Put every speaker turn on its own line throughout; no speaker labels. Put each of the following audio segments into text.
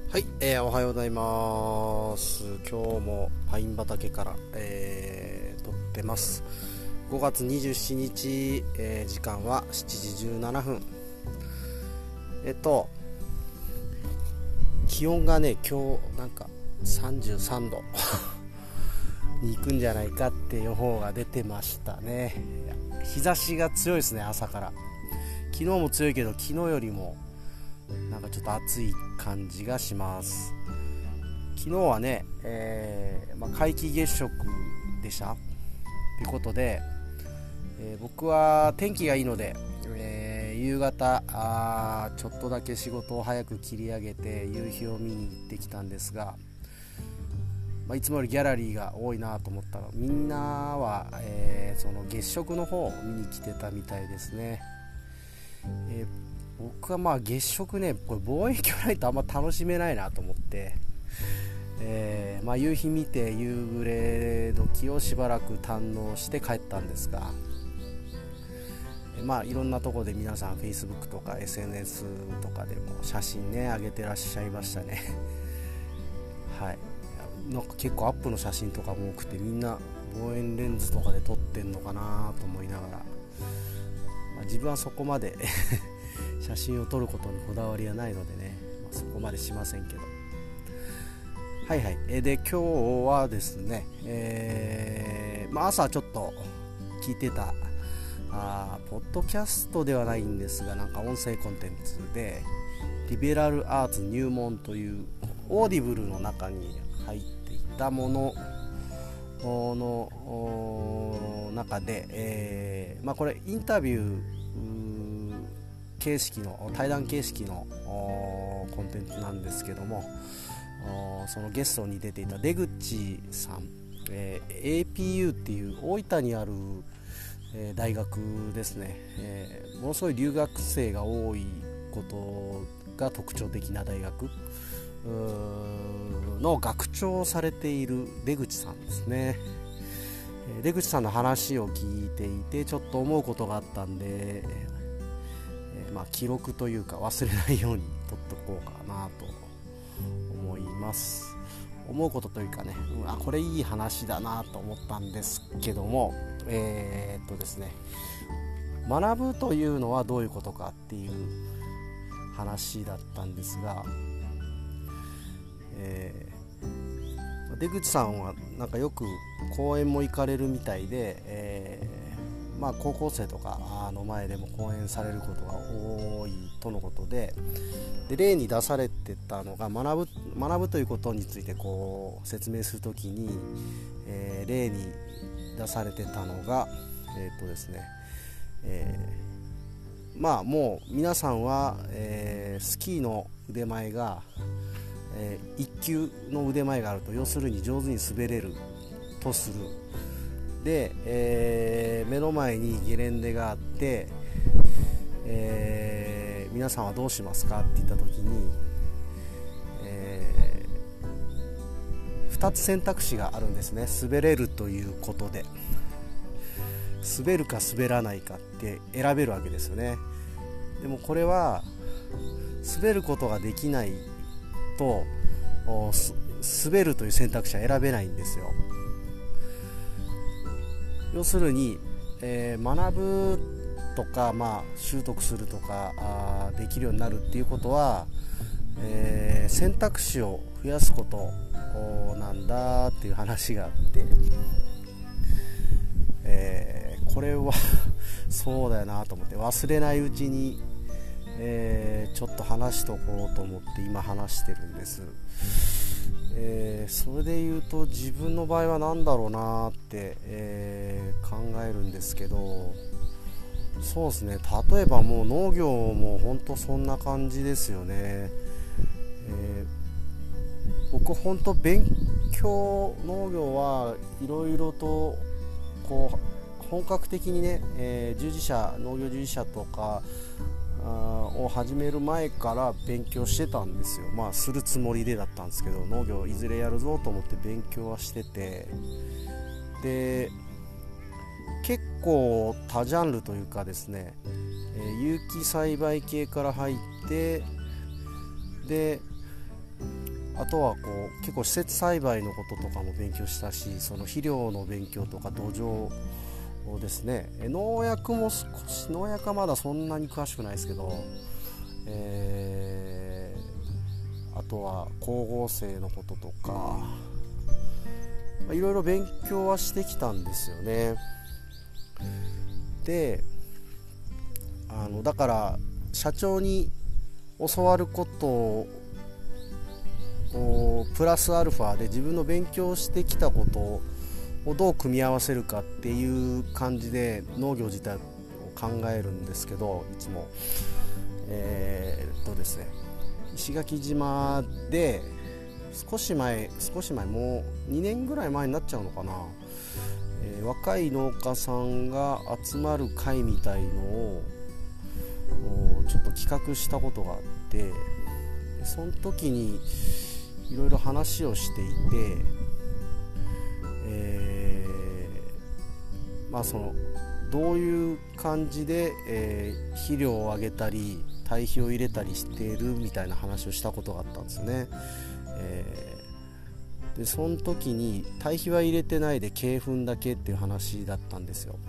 はい、おはようございます。今日もパイン畑から、撮ってます。5月27日、時間は7時17分。気温がね、今日なんか33度に行くんじゃないかって予報が出てましたね。日差しが強いですね、朝から。昨日も強いけど、昨日よりもなんかちょっと暑い感じがします。昨日はね、皆既月食でしたということで、僕は天気がいいので、夕方ちょっとだけ仕事を早く切り上げて夕日を見に行ってきたんですが、いつもよりギャラリーが多いなと思ったら、みんなは、その月食の方を見に来てたみたいですね。僕は月食ね、これ望遠鏡ないとあんま楽しめないなと思って、夕日見て夕暮れ時をしばらく堪能して帰ったんですが、いろんなところで皆さん Facebook とか SNS とかでも写真ね上げてらっしゃいましたねはい、なんか結構アップの写真とかも多くて、みんな望遠レンズとかで撮ってんのかなと思いながら、自分はそこまで写真を撮ることにこだわりはないのでね、そこまでしませんけど、で今日はですね、朝ちょっと聞いてたポッドキャストではないんですが、なんか音声コンテンツでリベラルアーツ入門というオーディブルの中に入っていたものの中で、これインタビュー形式の対談形式のコンテンツなんですけども、そのゲストに出ていた出口さん、APU っていう大分にある、大学ですね、ものすごい留学生が多いことが特徴的な大学の学長をされている出口さんですね。出口さんの話を聞いていてちょっと思うことがあったんで、記録というか忘れないように撮っておこうかなと思います。思うことというかね、これいい話だなと思ったんですけども、ですね、学ぶというのはどういうことかっていう話だったんですが、出口さんはなんかよく講演も行かれるみたいで、高校生とかの前でも講演されることが多いとのことで、例に出されてたのが学ぶということについてこう説明するときに、例に出されてたのがですね、もう皆さんは、スキーの腕前が、1級の腕前があると、要するに上手に滑れるとする。で、目の前にゲレンデがあって、皆さんはどうしますかって言った時に、2つ選択肢があるんですね。滑れるということで、滑るか滑らないかって選べるわけですよね。でもこれは滑ることができないと滑るという選択肢は選べないんですよ。要するに、学ぶとか、習得するとかできるようになるっていうことは、選択肢を増やすことなんだっていう話があって、これはそうだよなと思って、忘れないうちに、ちょっと話しとこうと思って今話してるんです。それで言うと自分の場合は何だろうなって、考えるんですけど、そうですね、例えばもう農業も本当そんな感じですよね。僕本当農業はいろいろとこう本格的にね、農業従事者とかを始める前から勉強してたんですよ。するつもりでだったんですけど、農業いずれやるぞと思って勉強はしてて、で結構多ジャンルというかですね、有機栽培系から入って、であとは結構施設栽培のこととかも勉強したし、その肥料の勉強とか土壌ですね、農薬も少し、農薬はまだそんなに詳しくないですけど、あとは光合成のこととか、いろいろ勉強はしてきたんですよね。で、だから社長に教わることをプラスアルファで自分の勉強してきたことをどう組み合わせるかっていう感じで農業自体を考えるんですけど、いつもですね、石垣島で少し前もう2年ぐらい前になっちゃうのかな、若い農家さんが集まる会みたいのをちょっと企画したことがあって、その時にいろいろ話をしていて、そのどういう感じで、肥料をあげたり堆肥を入れたりしているみたいな話をしたことがあったんですね。でその時に堆肥は入れてないで鶏粉だけっていう話だったんですよ。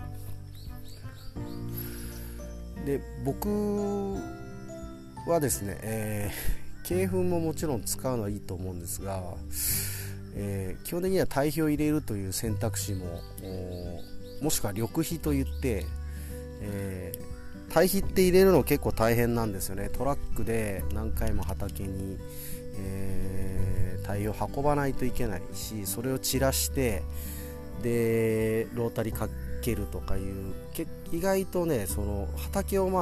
で僕はですね、鶏粉ももちろん使うのはいいと思うんですが、基本的には堆肥を入れるという選択肢もしくは緑肥といって、堆肥って入れるの結構大変なんですよね。トラックで何回も畑に、堆肥を運ばないといけないし、それを散らしてでロータリーかけるとかいう意外とね、その畑を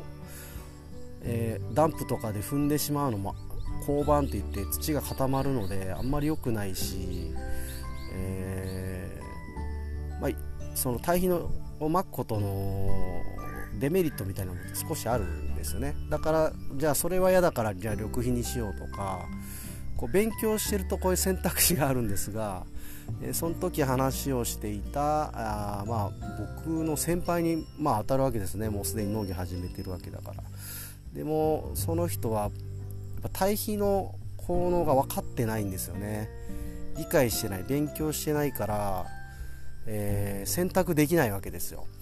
ダンプとかで踏んでしまうのも交番といって土が固まるのであんまり良くないし、その堆肥をまくことのデメリットみたいなのも少しあるんですよね。だからじゃあそれは嫌だからじゃあ緑肥にしようとか、勉強してるとこういう選択肢があるんですが、その時話をしていた僕の先輩に当たるわけですね。もうすでに農業始めてるわけだから。でもその人はやっぱ堆肥の効能が分かってないんですよね。理解してない、勉強してないから、選択できないわけですよ。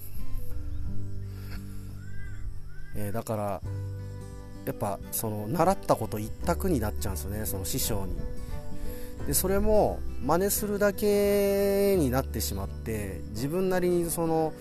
だからやっぱその習ったこと一択になっちゃうんですよね、その師匠に。でそれも真似するだけになってしまって、自分なりにその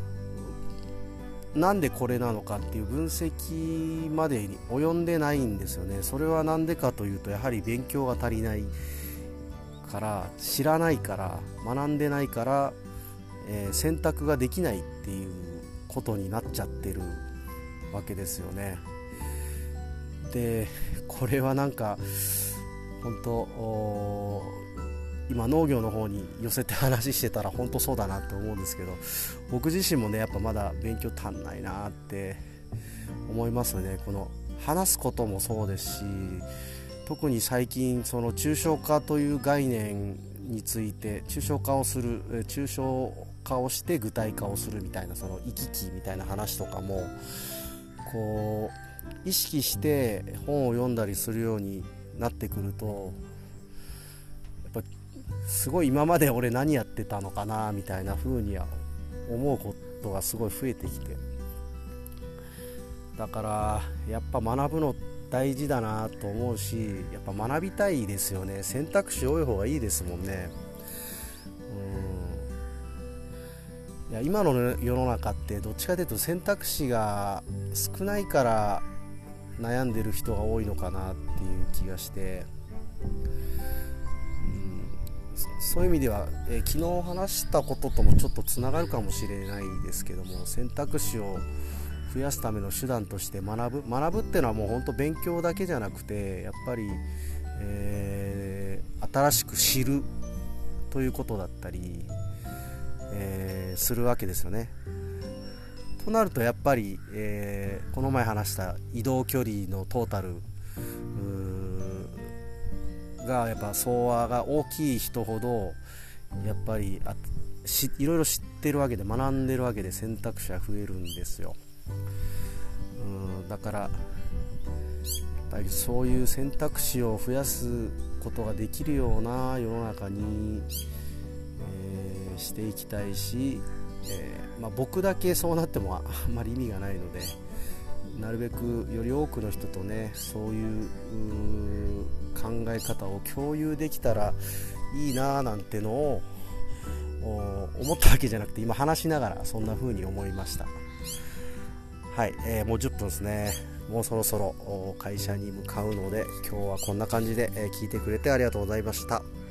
なんでこれなのかっていう分析までに及んでないんですよね。それはなんでかというと、やはり勉強が足りないから、知らないから、学んでないから、選択ができないっていうことになっちゃってるわけですよね。でこれはなんか本当今農業の方に寄せて話してたら本当そうだなって思うんですけど、僕自身もねやっぱまだ勉強足んないなって思いますよね。この話すこともそうですし、特に最近その抽象化という概念について抽象化をして具体化をするみたいな、その行き来みたいな話とかも意識して本を読んだりするようになってくると、やっぱすごい今まで俺何やってたのかなみたいな風には思うことがすごい増えてきて、だからやっぱ学ぶの大事だなと思うし、やっぱ学びたいですよね。選択肢多い方がいいですもんね。いや今の世の中ってどっちかというと選択肢が少ないから悩んでる人が多いのかなっていう気がして、そういう意味では、昨日話したことともちょっとつながるかもしれないですけども、選択肢を増やすための手段として学ぶっていうのはもう本当勉強だけじゃなくて、やっぱり、新しく知るということだったり、するわけですよね。となるとやっぱり、この前話した移動距離のトータルがやっぱ総和が大きい人ほどやっぱりいろいろ知ってるわけで、学んでるわけで、選択肢は増えるんですよ。だからぱりそういう選択肢を増やすことができるような世の中に、していきたいし、僕だけそうなってもあんまり意味がないので、なるべくより多くの人とね、そういう考え方を共有できたらいいななんてのを思ったわけじゃなくて、今話しながらそんな風に思いました。はい、もう10分ですね。もうそろそろ会社に向かうので、今日はこんな感じで聞いてくれてありがとうございました。